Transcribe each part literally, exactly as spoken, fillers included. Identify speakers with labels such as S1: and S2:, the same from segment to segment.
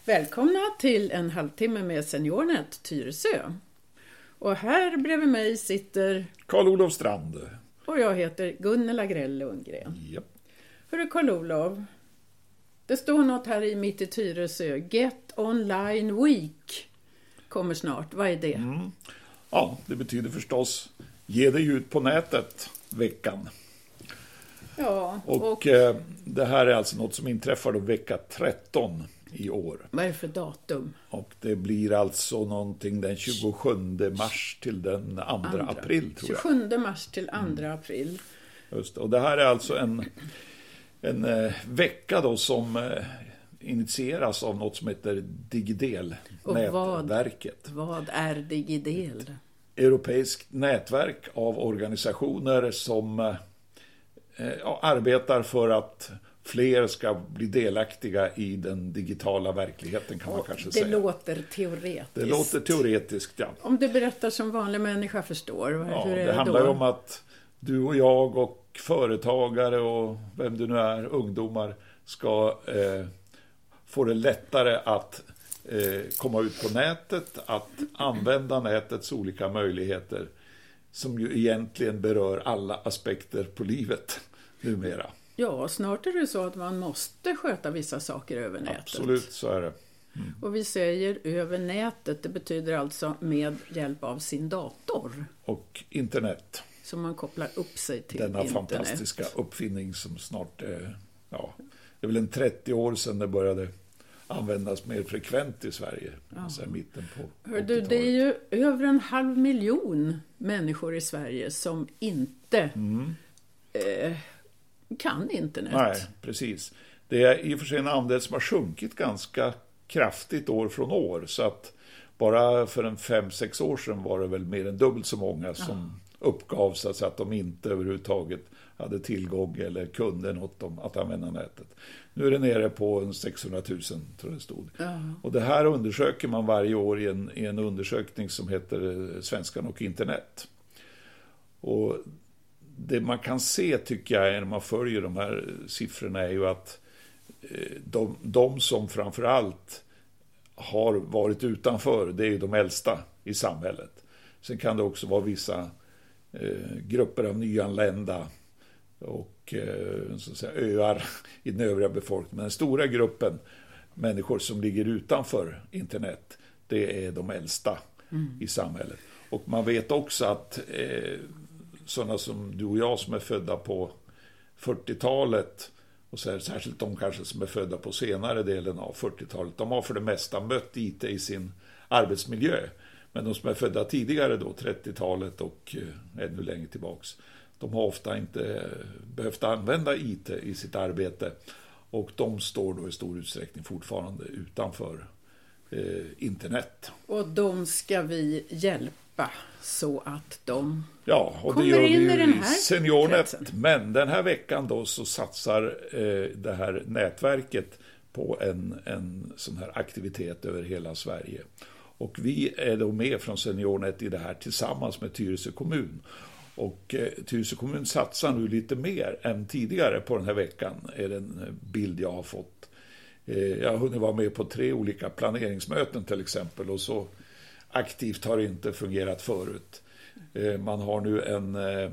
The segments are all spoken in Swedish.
S1: Välkomna till en halvtimme med SeniorNet Tyresö. Och här bredvid mig sitter
S2: Carl-Olof Strand.
S1: Och jag heter Gunnela Grell Lundgren.
S2: Yep.
S1: Hörru Carl-Olof, det står något här i mitt i Tyresö. Get Online Week kommer snart. Vad är det?
S2: Mm. Ja, det betyder förstås ge dig ut på nätet veckan.
S1: Ja,
S2: och,
S1: och
S2: eh, det här är alltså något som inträffar då vecka tretton i år.
S1: Vad är det för datum?
S2: Och det blir alltså någonting den tjugosjunde mars till den andra april, tror jag.
S1: tjugosjunde mars till andra mm. april.
S2: Just det. Och det här är alltså en, en eh, vecka då som eh, initieras av något som heter Digidel,
S1: och
S2: nätverket.
S1: Vad, vad är Digidel?
S2: Ett europeiskt nätverk av organisationer som eh, ja, arbetar för att fler ska bli delaktiga i den digitala verkligheten, kan man kanske
S1: det
S2: säga.
S1: Det låter teoretiskt.
S2: Det låter teoretiskt, ja.
S1: Om du berättar som vanlig människa förstår,
S2: ja,
S1: hur är det,
S2: det handlar
S1: då?
S2: ju om att du och jag och företagare och vem du nu är, ungdomar, ska eh, få det lättare att eh, komma ut på nätet, att använda nätets olika möjligheter som ju egentligen berör alla aspekter på livet numera.
S1: Ja, snart är det så att man måste sköta vissa saker över nätet.
S2: Absolut, så är det. Mm.
S1: Och vi säger över nätet, det betyder alltså med hjälp av sin dator.
S2: Och internet.
S1: Så man kopplar upp sig till
S2: Denna
S1: internet.
S2: Denna fantastiska uppfinning som snart är, ja, det är väl en trettio år sedan det började användas mer frekvent i Sverige. Ja. Alltså mitten på
S1: Hör du, det är ju över en halv miljon människor i Sverige som inte mm. eh, kan internet.
S2: Nej, precis. Det är i och för sig en andel som har sjunkit ganska kraftigt år från år. Så att bara för en fem, sex år sedan var det väl mer än dubbelt så många som ja. uppgav sig att, att de inte överhuvudtaget hade tillgång eller kunde något om att använda nätet. Nu är det nere på en sexhundratusen, tror jag det stod.
S1: Ja.
S2: Och det här undersöker man varje år i en, i en undersökning som heter Svenskan och internet. Och det man kan se, tycker jag, när man följer de här siffrorna är ju att de, de som framförallt har varit utanför, det är ju de äldsta i samhället. Sen kan det också vara vissa eh, grupper av nyanlända och eh, så att säga, öar i den övriga befolkningen. Men den stora gruppen människor som ligger utanför internet, det är de äldsta mm. i samhället. Och man vet också att eh, sådana som du och jag som är födda på fyrtiotalet och så här, särskilt de kanske som är födda på senare delen av fyrtiotalet, de har för det mesta mött I T i sin arbetsmiljö. Men de som är födda tidigare då, trettiotalet och eh, ännu längre tillbaks, de har ofta inte behövt använda I T i sitt arbete och de står då i stor utsträckning fortfarande utanför eh, internet.
S1: Och de ska vi hjälpa så att de
S2: ja, och
S1: kommer
S2: det gör
S1: in
S2: vi
S1: i den här
S2: SeniorNet.
S1: kretsen.
S2: Men den här veckan då så satsar eh, det här nätverket på en, en sån här aktivitet över hela Sverige. Och vi är då med från SeniorNet i det här tillsammans med Tyresö kommun. Och eh, Tyresö kommun satsar nu lite mer än tidigare på den här veckan, är den bild jag har fått. Eh, jag har hunnit vara med på tre olika planeringsmöten till exempel, och så aktivt har det inte fungerat förut. Eh, man har nu en eh,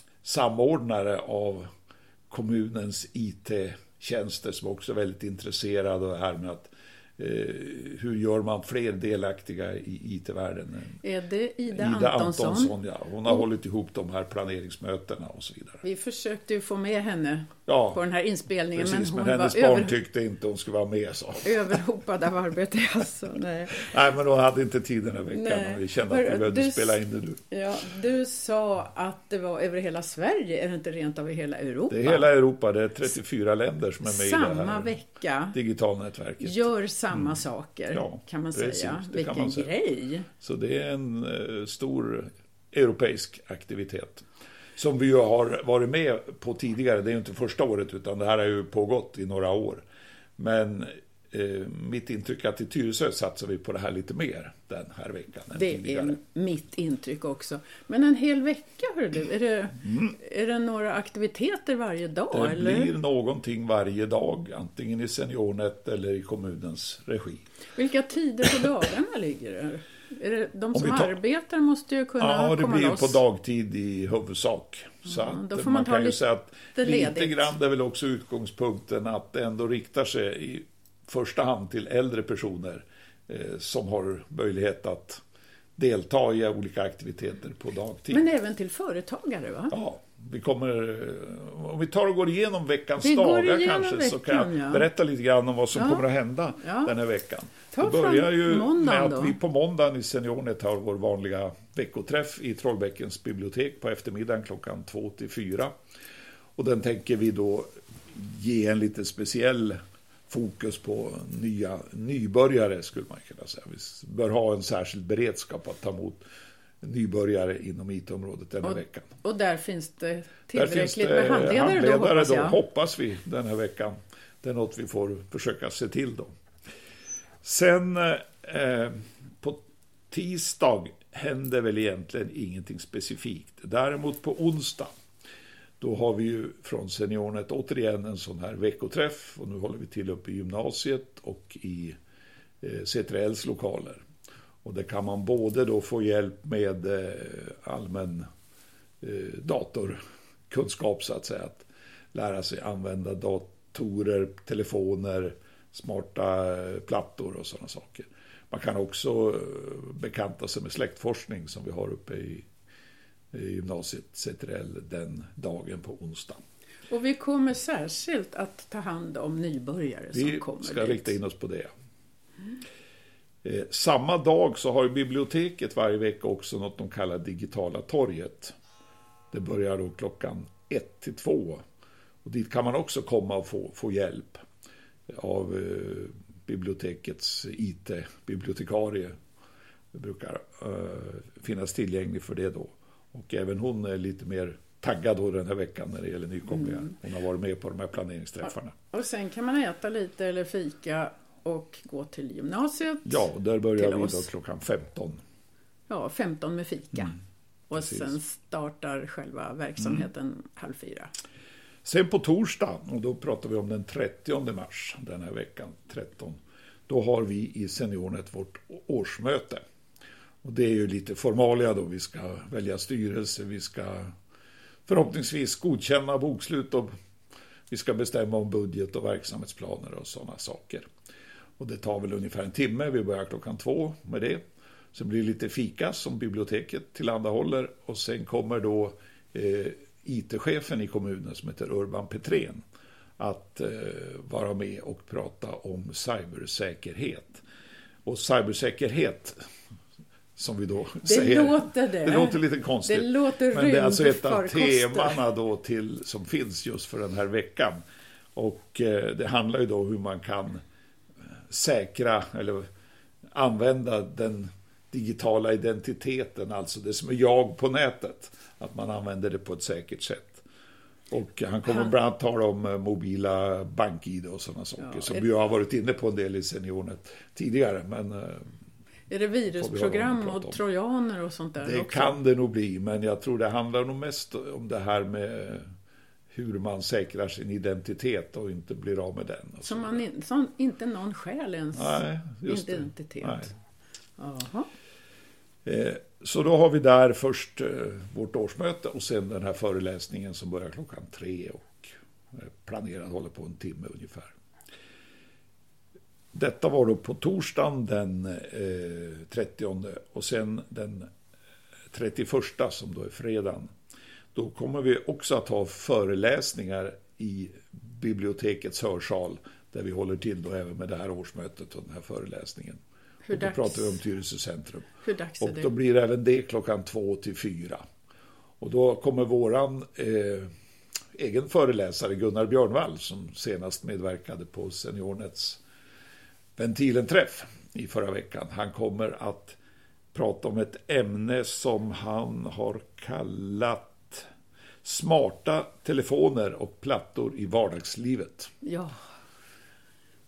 S2: samordnare av kommunens I T-tjänster som också är väldigt intresserad av det här med att Eh, hur gör man fler delaktiga i I T-världen?
S1: Är det Ida,
S2: Ida
S1: Antonsson?
S2: Antonsson, ja. Hon har mm. hållit ihop de här planeringsmötena och så vidare.
S1: Vi försökte ju få med henne
S2: ja,
S1: på den här inspelningen.
S2: Precis,
S1: men hon
S2: men hennes
S1: var
S2: barn
S1: över...
S2: tyckte inte hon skulle vara med. Så.
S1: Överhopad av arbete. Alltså, nej.
S2: nej, men hon hade inte tid den här veckan.
S1: Nej.
S2: Och vi kände att vi behövde
S1: du,
S2: spela in det nu.
S1: Ja, du sa att det var över hela Sverige. Är det inte rent av i hela Europa?
S2: Det är hela Europa. Det är trettiofyra länder som är med
S1: samma
S2: i det här
S1: vecka
S2: digitalnätverket.
S1: Gör samma mm. saker.
S2: Ja,
S1: kan man
S2: precis,
S1: säga.
S2: Vilken
S1: kan man säga. Grej.
S2: Så det är en uh, stor europeisk aktivitet som vi ju har varit med på tidigare. Det är ju inte första året utan det här har ju pågått i några år. Men uh, eh, mitt intryck att i Tyresö satsar vi på det här lite mer den här veckan än
S1: Det
S2: tidigare.
S1: är mitt intryck också. Men en hel vecka, hör du, är det, mm. är det några aktiviteter varje dag?
S2: Det
S1: eller?
S2: blir någonting varje dag, antingen i SeniorNet eller i kommunens regi.
S1: Vilka tider på dagarna ligger det? Är det de som tar... arbetar måste ju kunna
S2: ja,
S1: komma
S2: det blir
S1: loss.
S2: på dagtid i huvudsak. Ja, så att
S1: då får man,
S2: man
S1: ta
S2: kan ju
S1: lite
S2: säga att
S1: ledigt.
S2: lite grann är väl också utgångspunkten att det ändå riktar sig i första hand till äldre personer eh, som har möjlighet att delta i olika aktiviteter på dagtid.
S1: Men även till företagare, va?
S2: Ja, vi kommer, om vi tar och går igenom veckans
S1: vi
S2: dagar
S1: igenom
S2: kanske
S1: veckan,
S2: så kan jag
S1: ja.
S2: berätta lite grann om vad som
S1: ja.
S2: kommer att hända
S1: ja.
S2: den här veckan.
S1: Ta
S2: Det börjar ju med att
S1: då.
S2: vi på måndagen i SeniorNet har vår vanliga veckoträff i Trollbäckens bibliotek på eftermiddagen klockan två till fyra. Och den tänker vi då ge en lite speciell fokus på nya nybörjare, skulle man kunna säga. Vi bör ha en särskild beredskap att ta emot nybörjare inom I T-området den här
S1: och,
S2: veckan.
S1: Och där finns det tillräckligt
S2: där finns det
S1: med handledare,
S2: handledare
S1: då, hoppas jag.
S2: Då, hoppas vi den här veckan. Det är något vi får försöka se till då. Sen eh, på tisdag händer väl egentligen ingenting specifikt. Däremot på onsdag, då har vi ju från SeniorNet återigen en sån här veckoträff. Och nu håller vi till uppe i gymnasiet och i eh, C tre L:s lokaler. Och där kan man både då få hjälp med eh, allmän eh, datorkunskap så att säga. Att lära sig använda datorer, telefoner, smarta eh, plattor och sådana saker. Man kan också eh, bekanta sig med släktforskning som vi har uppe i, i gymnasiet C tre L den dagen på onsdag.
S1: Och vi kommer särskilt att ta hand om nybörjare
S2: vi
S1: som kommer
S2: Vi ska
S1: dit.
S2: rikta in oss på det. Mm. Eh, samma dag så har ju biblioteket varje vecka också något de kallar digitala torget. Det börjar då klockan ett till två. Och dit kan man också komma och få, få hjälp av eh, bibliotekets I T-bibliotekarie. Det brukar eh, finnas tillgänglig för det då. Och även hon är lite mer taggad då den här veckan när det gäller nykomlingar. Mm. Hon har varit med på de här planeringsträffarna.
S1: Och sen kan man äta lite eller fika och gå till gymnasiet.
S2: Ja, där börjar vi då klockan femton.
S1: Ja, femton med fika. Mm, och
S2: precis.
S1: Sen startar själva verksamheten mm. halv fyra.
S2: Sen på torsdag, och då pratar vi om den trettionde mars den här veckan, tretton. Då har vi i SeniorNet vårt årsmöte. Och det är ju lite formalia då. Vi ska välja styrelse, vi ska förhoppningsvis godkänna bokslut och vi ska bestämma om budget och verksamhetsplaner och sådana saker. Och det tar väl ungefär en timme, vi börjar klockan två med det. Så blir det lite fika som biblioteket tillhandahåller och sen kommer då eh, I T-chefen i kommunen som heter Urban Petrén att eh, vara med och prata om cybersäkerhet. Och cybersäkerhet som vi då
S1: det
S2: säger.
S1: Låter det.
S2: det låter lite konstigt.
S1: Det låter
S2: men det är alltså ett av
S1: rymdfarkoster.
S2: temana då till, som finns just för den här veckan. Och eh, det handlar ju då hur man kan säkra eller använda den digitala identiteten, alltså det som är jag på nätet, att man använder det på ett säkert sätt. Och han kommer han... bland annat tala om mobila bank-I D och sådana saker ja, som är... vi har varit inne på en del i SeniorNet tidigare, men
S1: är det virusprogram och trojaner och sånt där
S2: det
S1: också?
S2: Kan det nog bli, men jag tror det handlar nog mest om det här med hur man säkrar sin identitet och inte blir av med den.
S1: Så man in, som inte någon skäl ens
S2: nej, just
S1: identitet.
S2: Nej.
S1: Aha.
S2: Eh, så då har vi där först eh, vårt årsmöte och sen den här föreläsningen som börjar klockan tre och eh, planerad håller på en timme ungefär. Detta var då på torsdagen den eh, trettionde och sen den trettioförsta som då är fredagen. Då kommer vi också att ha föreläsningar i bibliotekets hörsal där vi håller till då även med det här årsmötet och den här föreläsningen.
S1: Hur
S2: och då
S1: dags?
S2: pratar vi om Tyresö centrum.
S1: Hur dags är
S2: och
S1: det?
S2: då blir även det klockan två till fyra. Och då kommer våran eh, egen föreläsare Gunnar Björnvall som senast medverkade på SeniorNets Ventilen-träff i förra veckan. Han kommer att prata om ett ämne som han har kallat smarta telefoner och plattor i vardagslivet.
S1: Ja.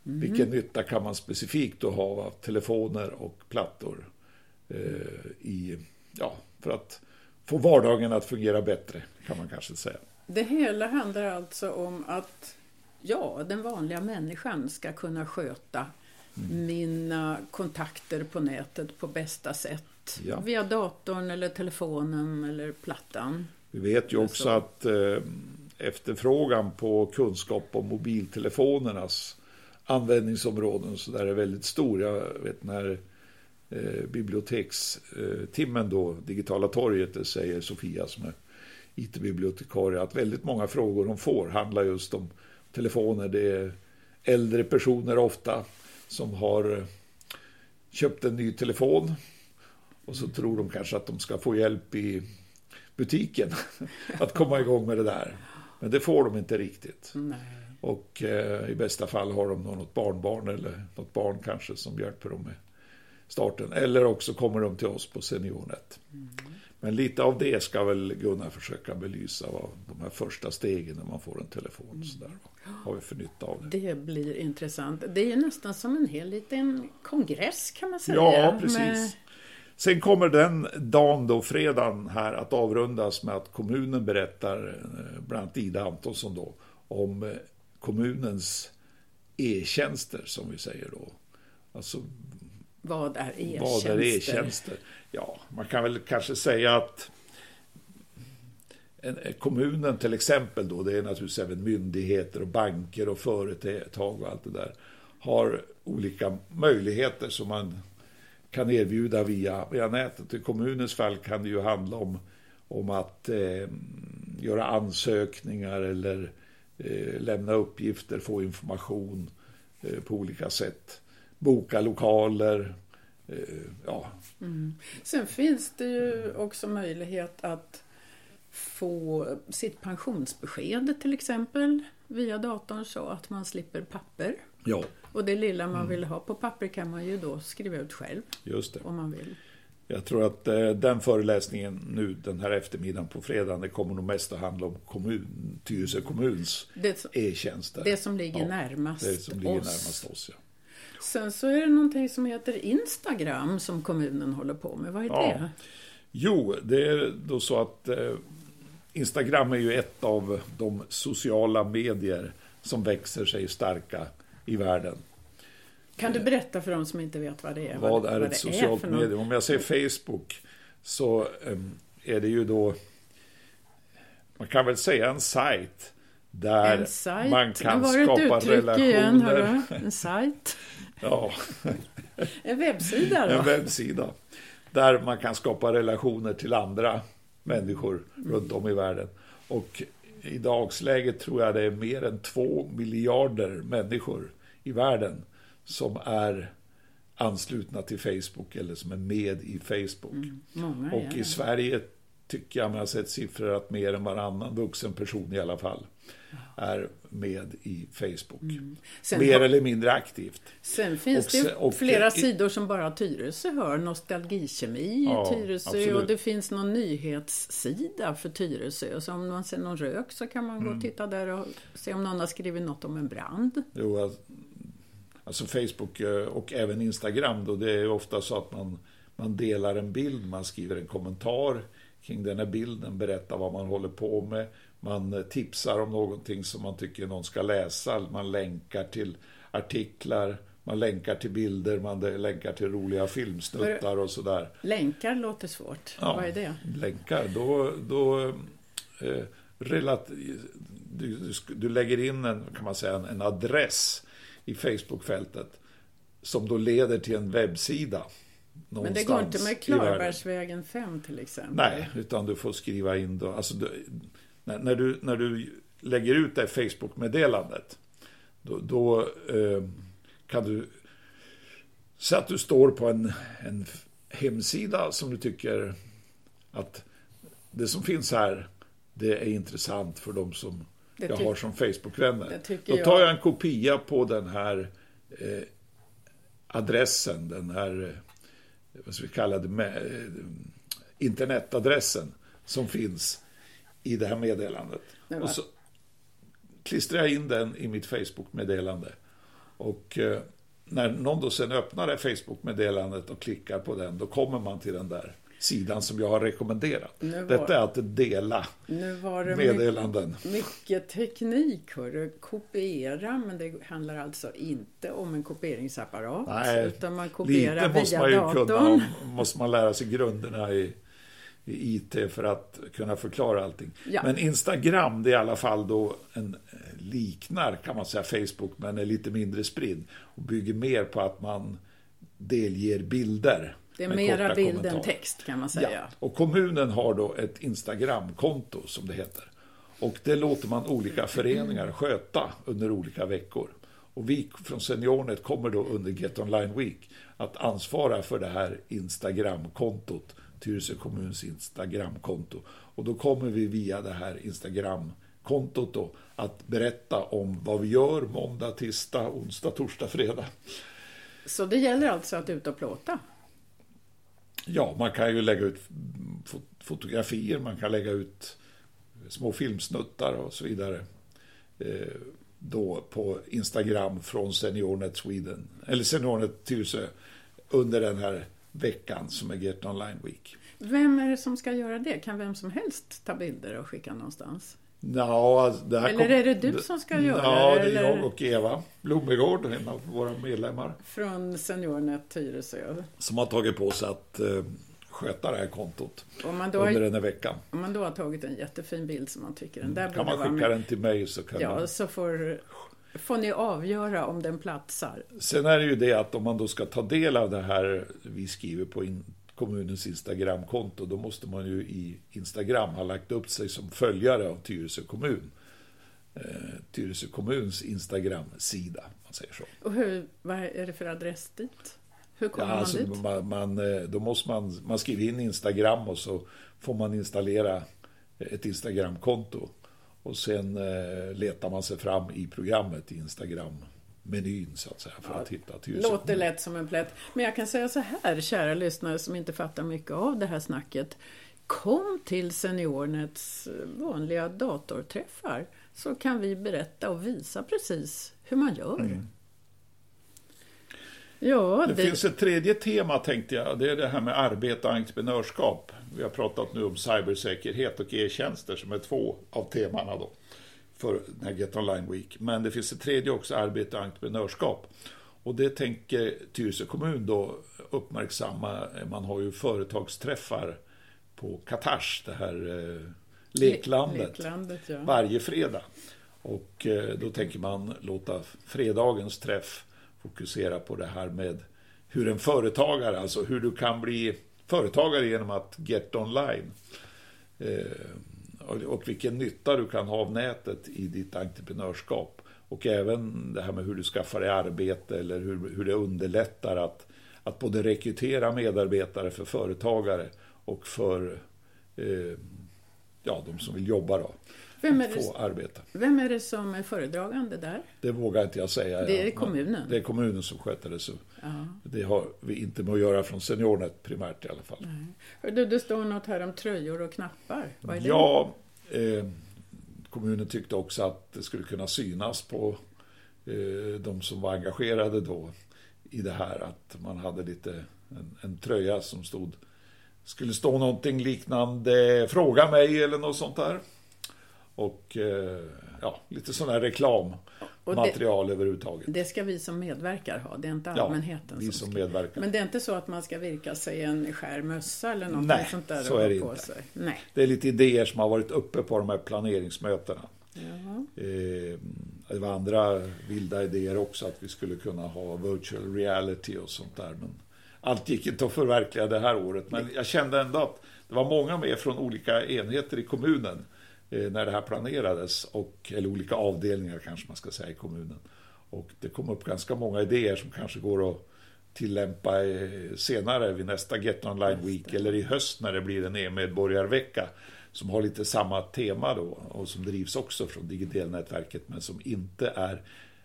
S2: Mm. Vilken nytta kan man specifikt då ha av telefoner och plattor eh, i, ja, för att få vardagen att fungera bättre, kan man kanske säga.
S1: Det hela handlar alltså om att ja, den vanliga människan ska kunna sköta mm. mina kontakter på nätet på bästa sätt. Ja. Via datorn eller telefonen eller plattan.
S2: Vi vet ju också så. att eh, efterfrågan på kunskap om mobiltelefonernas användningsområden så där är väldigt stor. Jag vet när eh, bibliotekstimmen då, Digitala torget, det säger Sofia som är I T-bibliotekarie, att väldigt många frågor de får handlar just om telefoner. Det är äldre personer ofta som har köpt en ny telefon och så tror de kanske att de ska få hjälp i butiken att komma igång med det där. Men det får de inte riktigt. Nej. Och eh, i bästa fall har de något barnbarn eller något barn kanske som hjälper dem med starten. Eller också kommer de till oss på SeniorNet. Mm. Men lite av det ska väl Gunnar försöka belysa, vad de här första stegen när man får en telefon. Mm. Så där, har vi för nytta av det.
S1: Det blir intressant. Det är ju nästan som en hel liten kongress kan man säga.
S2: Ja, precis. Med... Sen kommer den dagen då, fredagen här, att avrundas med att kommunen berättar, bland annat Ida Antonsson då, om kommunens e-tjänster som vi säger då. Alltså,
S1: vad är e-tjänster?
S2: Vad är e-tjänster? Ja, man kan väl kanske säga att en, kommunen till exempel då, det är naturligtvis även myndigheter och banker och företag och allt det där, har olika möjligheter som man kan erbjuda via, via nätet. I kommunens fall kan det ju handla om, om att eh, göra ansökningar eller eh, lämna uppgifter, få information eh, på olika sätt. Boka lokaler. Eh, ja.
S1: Mm. Sen finns det ju också möjlighet att få sitt pensionsbesked till exempel via datorn så att man slipper papper.
S2: Ja.
S1: Och det lilla man vill ha på papper kan man ju då skriva ut själv.
S2: Just det.
S1: Om man vill.
S2: Jag tror att eh, den föreläsningen nu den här eftermiddagen på fredagen, det kommer nog mest att handla om kommun, Tyresö kommuns det som, e-tjänster.
S1: Det som ligger ja, närmast
S2: det som ligger
S1: oss.
S2: Närmast oss ja.
S1: Sen så är det någonting som heter Instagram som kommunen håller på med. Vad är
S2: ja.
S1: det?
S2: Jo, det är då så att eh, Instagram är ju ett av de sociala medier som växer sig starka i världen.
S1: Kan du berätta för dem som inte vet vad det är?
S2: Vad, vad är ett socialt är medium? Om jag säger Facebook så um, är det ju då, man kan väl säga en sajt där
S1: en sajt.
S2: Man kan skapa relationer.
S1: Igen, hörru. En sajt.
S2: Ja.
S1: En webbsida då?
S2: En webbsida. Där man kan skapa relationer till andra människor mm. runt om i världen. Och i dagsläget tror jag det är mer än två miljarder människor i världen som är anslutna till Facebook eller som är med i Facebook.
S1: Mm, många,
S2: och
S1: ja.
S2: i Sverige tycker jag man har sett siffror att mer än varannan vuxen person i alla fall är med i Facebook. Mm. Mer har, eller mindre aktivt.
S1: Sen finns och, det och, flera och, sidor som bara Tyresö hör. Nostalgikemi ja, i Tyresö absolut. Och det finns någon nyhetssida för Tyresö. Så om man ser någon rök så kan man mm. gå och titta där och se om någon har skrivit något om en brand.
S2: Jo, alltså Facebook och även Instagram då, det är ofta så att man, man delar en bild, man skriver en kommentar kring den här bilden, berättar vad man håller på med. Man tipsar om någonting som man tycker någon ska läsa. Man länkar till artiklar, man länkar till bilder, man länkar till roliga filmsnuttar och sådär.
S1: Länkar låter svårt. Ja, vad är det?
S2: Länkar, då, då eh, relat, du, du, du lägger in en, kan man säga, en, en adress i Facebook-fältet som då leder till en webbsida.
S1: Men det går inte med Klarbergsvägen fem till exempel.
S2: Nej, utan du får skriva in då, alltså du, när, när, du, när du lägger ut det Facebook-meddelandet då, då eh, kan du så att du står på en, en hemsida som du tycker att det som finns här, det är intressant för de som det jag ty- har som Facebook-vänner. Då tar jag en kopia på den här eh, adressen, den här vad ska vi kalla det, med, internetadressen som finns i det här meddelandet. Och så klistrar jag in den i mitt Facebook-meddelande. Och eh, när någon då sen öppnar det Facebook-meddelandet och klickar på den, då kommer man till den där sidan som jag har rekommenderat. Var, Detta är att dela
S1: nu var det
S2: meddelanden.
S1: Mycket, mycket teknik, hörru. Kopiera, men det handlar alltså inte om en kopieringsapparat.
S2: Nej,
S1: utan man kopierar
S2: lite måste
S1: via
S2: man ju
S1: datorn.
S2: kunna, måste man lära sig grunderna i, i I T för att kunna förklara allting. Ja. Men Instagram, det är i alla fall då en liknar, kan man säga, Facebook, men är lite mindre spridd och bygger mer på att man delger bilder.
S1: Det är mera bild än text, kan man säga.
S2: Ja. Och kommunen har då ett Instagramkonto som det heter. Och det låter man olika föreningar sköta under olika veckor. Och vi från SeniorNet kommer då under Get Online Week att ansvara för det här Instagramkontot, Tyresö kommuns Instagramkonto. Och då kommer vi via det här Instagramkontot då att berätta om vad vi gör måndag, tisdag, onsdag, torsdag, fredag.
S1: Så det gäller alltså att ut och plåta?
S2: Ja, man kan ju lägga ut fotografier, man kan lägga ut små filmsnuttar och så vidare eh, då på Instagram från SeniorNet Sweden, eller SeniorNet Tyresö under den här veckan som är Get Online Week.
S1: Vem är det som ska göra det? Kan vem som helst ta bilder och skicka någonstans?
S2: Ja, det här
S1: eller
S2: kom,
S1: är det du som ska göra det?
S2: Ja, det är
S1: eller?
S2: jag och Eva Blomegård, en av våra medlemmar.
S1: Från SeniorNet Tyresö.
S2: Som har tagit på sig att eh, sköta det här kontot
S1: om man då
S2: under
S1: har,
S2: den här veckan.
S1: Om man då har tagit en jättefin bild som man tycker den där
S2: mm, kan man skicka
S1: med,
S2: den till mig så kan
S1: ja,
S2: man...
S1: så får, får ni avgöra om den platsar.
S2: Sen är det ju det att om man då ska ta del av det här vi skriver på in, kommunens Instagramkonto, då måste man ju i Instagram ha lagt upp sig som följare av Tyresö kommun. Eh, Tyresö kommuns Instagram-sida, man säger så.
S1: Och hur, vad är det för adress dit? Hur kommer ja, man
S2: alltså,
S1: dit?
S2: Man, man, då måste man, man skriver in Instagram och så får man installera ett Instagramkonto. Och sen eh, letar man sig fram i programmet i Instagram-menyn så att säga för ja, att hitta Tyresö.
S1: Låter lätt som en plätt. Men jag kan säga så här, kära lyssnare som inte fattar mycket av det här snacket. Kom till SeniorNets vanliga datorträffar så kan vi berätta och visa precis hur man gör. Mm. Ja,
S2: det,
S1: det
S2: finns ett tredje tema tänkte jag, det är det här med arbete och entreprenörskap. Vi har pratat nu om cybersäkerhet och e-tjänster som är två av temana då för den här Get Online Week. Men det finns ett tredje också, arbete och entreprenörskap. Och det tänker Tyresö kommun då uppmärksamma. Man har ju företagsträffar på Katars, det här eh, leklandet,
S1: leklandet ja.
S2: varje fredag. Och eh, då tänker man låta fredagens träff fokusera på det här med hur en företagare, alltså hur du kan bli företagare genom att get online. Eh, och, och vilken nytta du kan ha av nätet i ditt entreprenörskap. Och även det här med hur du skaffar dig arbete eller hur, hur det underlättar att, att både rekrytera medarbetare för företagare och för eh, ja, de som vill jobba då.
S1: Vem är,
S2: att få arbeta.
S1: Vem är det som är föredragande där?
S2: Det vågar inte jag säga.
S1: Det är kommunen?
S2: Det är kommunen som sköter det så. Ja. Det har vi inte med att göra från SeniorNet primärt i alla fall.
S1: Nej. Du, det står något här om tröjor och knappar. Vad är det?
S2: Ja, eh, kommunen tyckte också att det skulle kunna synas på eh, de som var engagerade då i det här. Att man hade lite en, en tröja som stod, skulle stå någonting liknande fråga mig eller något sånt där. Och eh, ja, lite sån här reklammaterial det, överhuvudtaget.
S1: Det ska vi som medverkar ha, det är inte allmänheten
S2: ja, vi
S1: som,
S2: som
S1: ska.
S2: medverkar.
S1: Men det är inte så att man ska virka sig en skärmössa eller något
S2: Nej,
S1: sånt där.
S2: så är det
S1: på
S2: inte.
S1: Sig. Nej,
S2: det är lite idéer som har varit uppe på de här planeringsmötena.
S1: Jaha.
S2: Eh, det var andra vilda idéer också att vi skulle kunna ha virtual reality och sånt där. Men allt gick inte att förverkliga det här året. Men jag kände ändå att det var många med från olika enheter i kommunen när det här planerades, och, eller olika avdelningar kanske man ska säga i kommunen. Och det kom upp ganska många idéer som kanske går att tillämpa senare vid nästa Get Online Week eller i höst när det blir en e-medborgarvecka som har lite samma tema då och som drivs också från Digidelnätverket men som inte är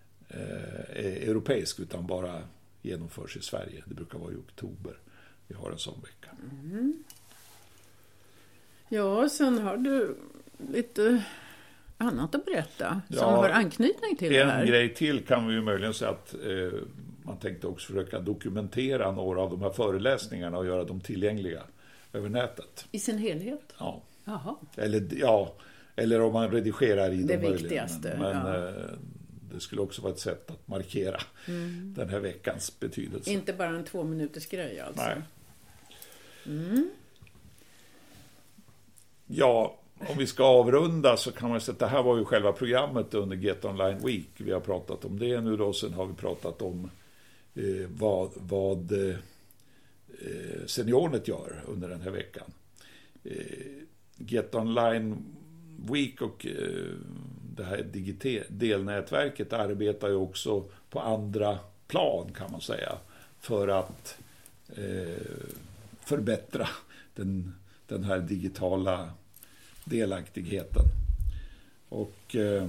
S2: eh, europeisk utan bara genomförs i Sverige. Det brukar vara i oktober. Vi har en sån vecka.
S1: Mm. Ja, sen har du lite annat att berätta som
S2: Ja,
S1: har anknytning till
S2: en
S1: det här?
S2: En grej till kan vi ju möjligen säga att eh, man tänkte också försöka dokumentera några av de här föreläsningarna och göra dem tillgängliga över nätet.
S1: I sin helhet?
S2: Ja.
S1: Jaha.
S2: Eller, ja, eller om man redigerar i
S1: det
S2: dem
S1: viktigaste.
S2: Men, men
S1: ja.
S2: eh, det skulle också vara ett sätt att markera mm. den här veckans betydelse.
S1: Inte bara en två minuters grej alltså.
S2: Nej.
S1: Mm.
S2: Ja, om vi ska avrunda så kan man säga att det här var ju själva programmet under Get Online Week. Vi har pratat om det nu då, sen har vi pratat om eh, vad, vad eh, SeniorNet gör under den här veckan. Eh, Get Online Week och eh, det här digite- delnätverket arbetar ju också på andra plan kan man säga för att eh, förbättra den, den här digitala delaktigheten. Och eh,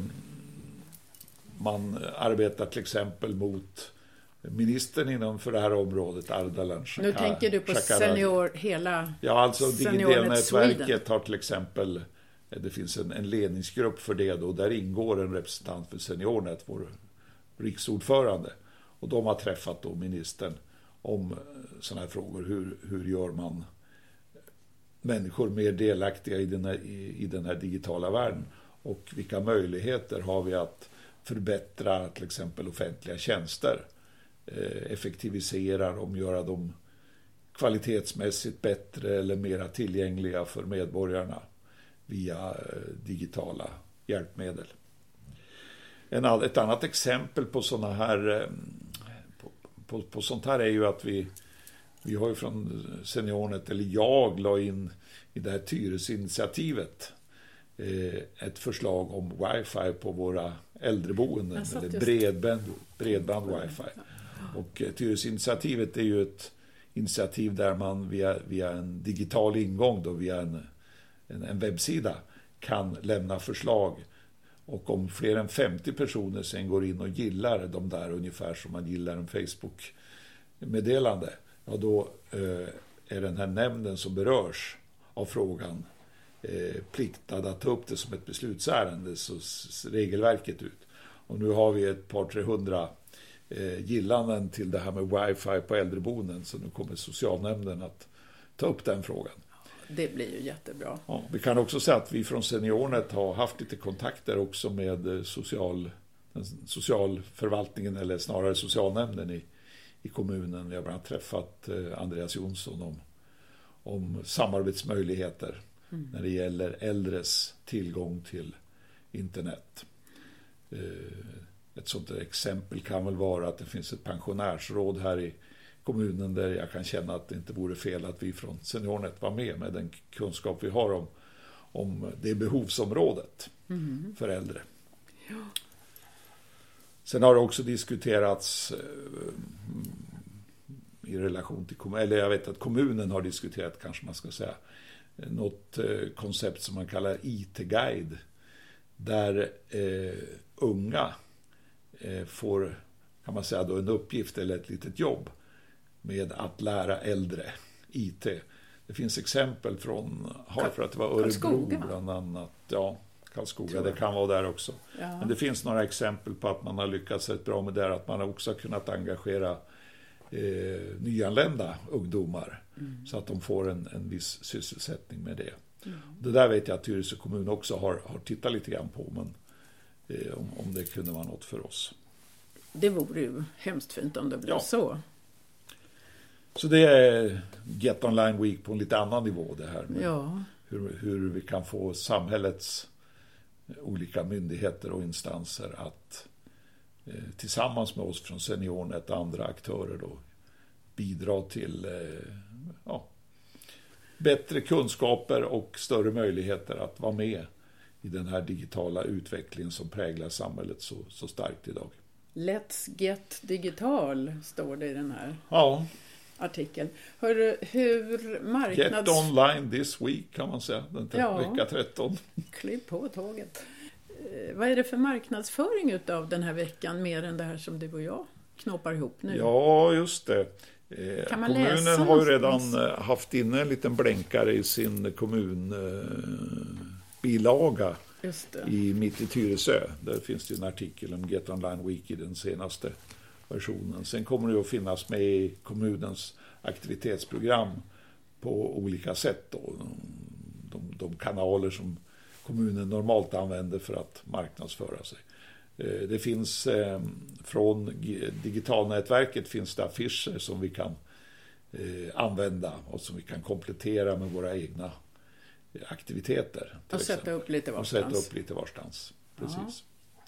S2: man arbetar till exempel mot ministern inom för det här området, Ardalan Shekarabi.
S1: Nu tänker du på senior, hela
S2: Ja, alltså
S1: SeniorNet
S2: delnätverket har till exempel, det finns en, en ledningsgrupp för det då, där ingår en representant för SeniorNet, vår riksordförande. Och de har träffat då ministern om sådana här frågor. Hur, hur gör man människor mer delaktiga i den, här, i, i den här digitala världen? Och vilka möjligheter har vi att förbättra till exempel offentliga tjänster? Eh, effektivisera dem, göra dem kvalitetsmässigt bättre eller mera tillgängliga för medborgarna via eh, digitala hjälpmedel. En, ett annat exempel på såna här eh, på, på, på sånt här är ju att vi vi har ju från SeniorNet, eller jag la in i det här Tyresö-initiativet eh, ett förslag om wifi på våra äldreboenden, eller bredband, bredband wifi. Och eh, Tyresö-initiativet är ju ett initiativ där man via, via en digital ingång då, via en, en, en webbsida kan lämna förslag. Och om fler än femtio personer sen går in och gillar de där ungefär som man gillar en Facebook-meddelande, ja då eh, är den här nämnden som berörs av frågan eh, pliktad att ta upp det som ett beslutsärende, så s- regelverket ut. Och nu har vi ett par trehundra eh, gillanden till det här med wifi på äldreboenden, så nu kommer socialnämnden att ta upp den frågan.
S1: Det blir ju jättebra.
S2: Ja, vi kan också säga att vi från SeniorNet har haft lite kontakter också med social, socialförvaltningen, eller snarare socialnämnden i, i kommunen. Vi har bland annat träffat eh, Andreas Jonsson om, om samarbetsmöjligheter mm. när det gäller äldres tillgång till internet. Eh, ett sånt exempel kan väl vara att det finns ett pensionärsråd här i kommunen där jag kan känna att det inte vore fel att vi från SeniorNet var med med den kunskap vi har om, om det behovsområdet mm. för äldre. Ja. Sen har det också diskuterats eh, i relation till kommunen, eller jag vet att kommunen har diskuterat, kanske man ska säga, något eh, koncept som man kallar I T-guide, där eh, unga eh, får, kan man säga då, en uppgift eller ett litet jobb med att lära äldre I T. Det finns exempel från, har för att det var Örebro
S1: Karlskoga.
S2: Bland annat. Ja, Karlskoga, det kan vara där också. Ja. Men det finns några exempel på att man har lyckats rätt bra med det, att man också har kunnat engagera eh, nyanlända ungdomar mm. så att de får en, en viss sysselsättning med det. Mm. Det där vet jag att Tyresö kommun också har, har tittat lite grann på, men eh, om, om det kunde vara något för oss.
S1: Det vore ju hemskt fint om det blev ja. så.
S2: Så det är Get Online Week på en lite annan nivå det här.
S1: Ja.
S2: Hur, hur vi kan få samhällets olika myndigheter och instanser att eh, tillsammans med oss från SeniorNet och andra aktörer då bidra till eh, ja, bättre kunskaper och större möjligheter att vara med i den här digitala utvecklingen som präglar samhället så, så starkt idag.
S1: Let's get digital står det i den här.
S2: Ja.
S1: Artikeln. Hör, hur marknads...
S2: Get online this week kan man säga, den t-
S1: ja.
S2: vecka tretton.
S1: Kliv på tåget. Eh, vad är det för marknadsföring utav den här veckan mer än det här som du och jag knoppar ihop nu?
S2: Ja, just det. Eh,
S1: kan man
S2: kommunen
S1: läsa
S2: har ju
S1: någonstans?
S2: redan haft inne en liten blänkare i sin kommunbilaga. Eh,
S1: Just det.
S2: I Mitt i Tyresö. Där finns det en artikel om Get Online Week i den senaste versionen. Sen kommer det att finnas med i kommunens aktivitetsprogram på olika sätt. Då. De, de kanaler som kommunen normalt använder för att marknadsföra sig. Det finns eh, från digitalnätverket finns det affischer som vi kan eh, använda och som vi kan komplettera med våra egna aktiviteter.
S1: Och sätta upp lite varstans.
S2: Och sätta upp lite varstans, precis. Ja.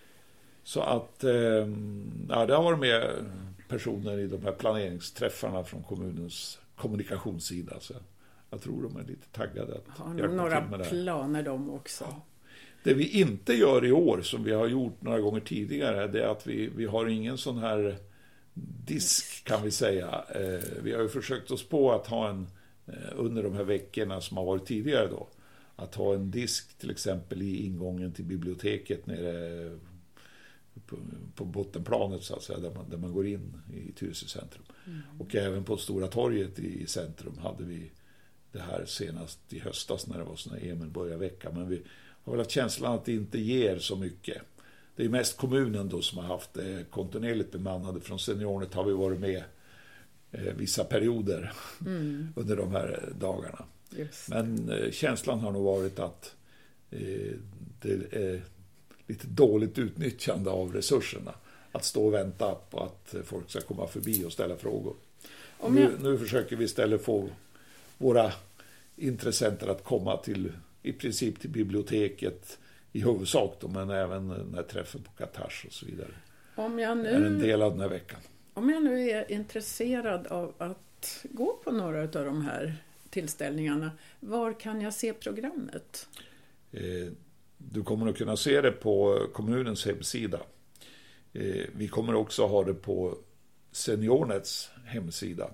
S2: Så att eh, ja, det har varit med personer i de här planeringsträffarna från kommunens kommunikationssida. Så jag tror de är lite taggade att
S1: har några planer de också.
S2: Ja. Det vi inte gör i år, som vi har gjort några gånger tidigare, det är att vi, vi har ingen sån här disk, kan vi säga. Eh, vi har ju försökt oss på att ha en, eh, under de här veckorna som har varit tidigare då, att ha en disk till exempel i ingången till biblioteket nere på, på bottenplanet så att säga, där man, där man går in i Tyresö centrum. Mm. Och även på Stora torget i, i centrum hade vi det här senast i höstas när det var sån här Emilborgarvecka, men vi har väl haft känslan att det inte ger så mycket. Det är mest kommunen då som har haft det kontinuerligt bemannade. Från Seniornet har vi varit med eh, vissa perioder mm. under de här dagarna.
S1: Just.
S2: Men eh, känslan har nog varit att eh, det är lite dåligt utnyttjande av resurserna. Att stå och vänta på att folk ska komma förbi och ställa frågor. Om jag... nu, nu försöker vi istället få våra intressenter att komma till i princip till biblioteket i huvudsak då, men även den här träffen på Katars och så vidare.
S1: Om jag nu,
S2: är en del av den här veckan.
S1: Om jag nu är intresserad av att gå på några av de här tillställningarna, var kan jag se programmet?
S2: Eh, du kommer att kunna se det på kommunens hemsida. Eh, vi kommer också ha det på Seniornets hemsida.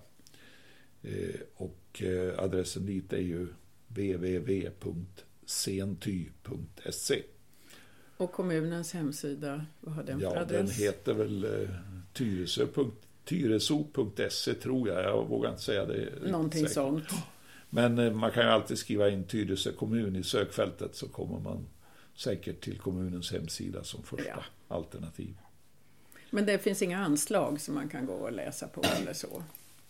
S2: Eh, och eh, adressen dit är ju w w w punkt senty punkt se.
S1: Och kommunens hemsida, vad har den för
S2: ja,
S1: adress?
S2: Den heter väl eh, tyresö punkt se tror jag. Jag vågar inte säga det.
S1: Någonting säkert. Sånt.
S2: Men eh, man kan ju alltid skriva in Tyresö kommun i sökfältet, så kommer man säkert till kommunens hemsida som första ja. alternativ.
S1: Men det finns inga anslag som man kan gå och läsa på eller så?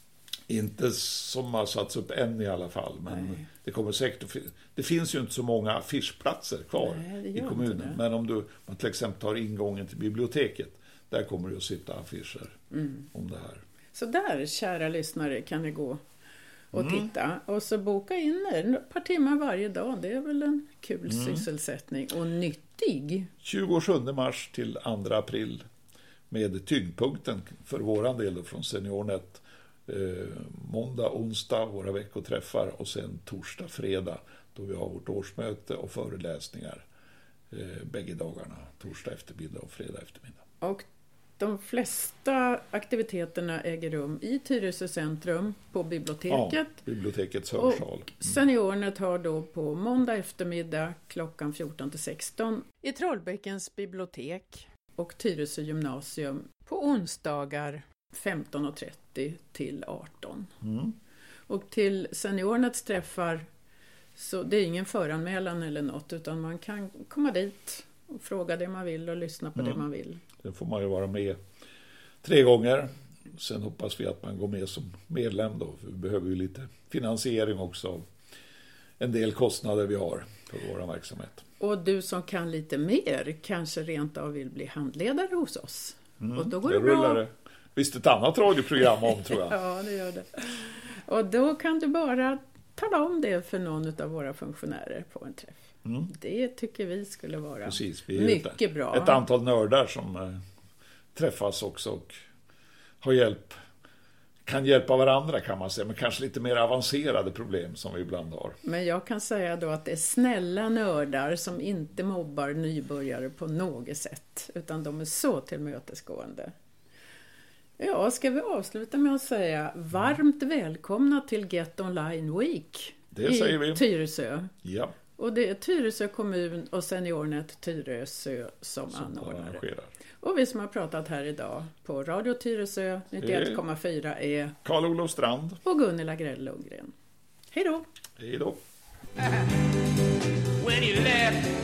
S2: Inte som har satts upp än i alla fall, men Nej. det kommer säkert att, det finns ju inte så många affischplatser kvar Nej, i kommunen, men om du man till exempel tar ingången till biblioteket, där kommer det att sitta affischer mm. om det här.
S1: Så där, kära lyssnare, kan ni gå och mm. titta och så boka in er ett par timmar varje dag. Det är väl en kul mm. sysselsättning och nyttig.
S2: tjugosjunde mars till andra april med tyngdpunkten för våran del från Seniornet. Eh, måndag, onsdag, våra veckoträffar och sen torsdag, fredag då vi har vårt årsmöte och föreläsningar eh, bägge dagarna, torsdag eftermiddag och fredag eftermiddag.
S1: Och de flesta aktiviteterna äger rum i Tyresö centrum på biblioteket.
S2: Ja, bibliotekets hörsal.
S1: Och Seniornet har då på måndag eftermiddag klockan fjorton till sexton i Trollbäckens bibliotek och Tyresö gymnasium på onsdagar femton och trettio till arton. Mm. Och till Seniornets träffar så det är ingen föranmälan eller något, utan man kan komma dit och fråga det man vill och lyssna på mm. det man vill.
S2: Det får man ju vara med tre gånger. Sen hoppas vi att man går med som medlem då, för vi behöver ju lite finansiering också. En del kostnader vi har för vår verksamhet.
S1: Och du som kan lite mer kanske rent av vill bli handledare hos oss.
S2: Mm.
S1: Och då går
S2: det
S1: det bra.
S2: Det. Visst ett annat radioprogram om, tror jag.
S1: Ja, det gör det. Och då kan du bara tala om det för någon av våra funktionärer på en träff. Mm. Det tycker vi skulle vara
S2: Precis, vi
S1: mycket
S2: ett,
S1: bra.
S2: Ett antal nördar som äh, träffas också och har hjälp, kan hjälpa varandra kan man säga, men kanske lite mer avancerade problem som vi ibland har.
S1: Men jag kan säga då att det är snälla nördar som inte mobbar nybörjare på något sätt, utan de är så tillmötesgående. Ja, ska vi avsluta med att säga varmt välkomna till Get Online Week
S2: det
S1: i
S2: säger vi.
S1: Tyresö.
S2: Ja.
S1: Och det är Tyresö kommun och Seniornet Tyresö som, som anordnare. Och vi som har pratat här idag på Radio Tyresö nittioett komma fyra är
S2: Carl-Olof Strand
S1: och Gunilla Grell Lundgren. Hej då!
S2: Hej då!
S3: When you left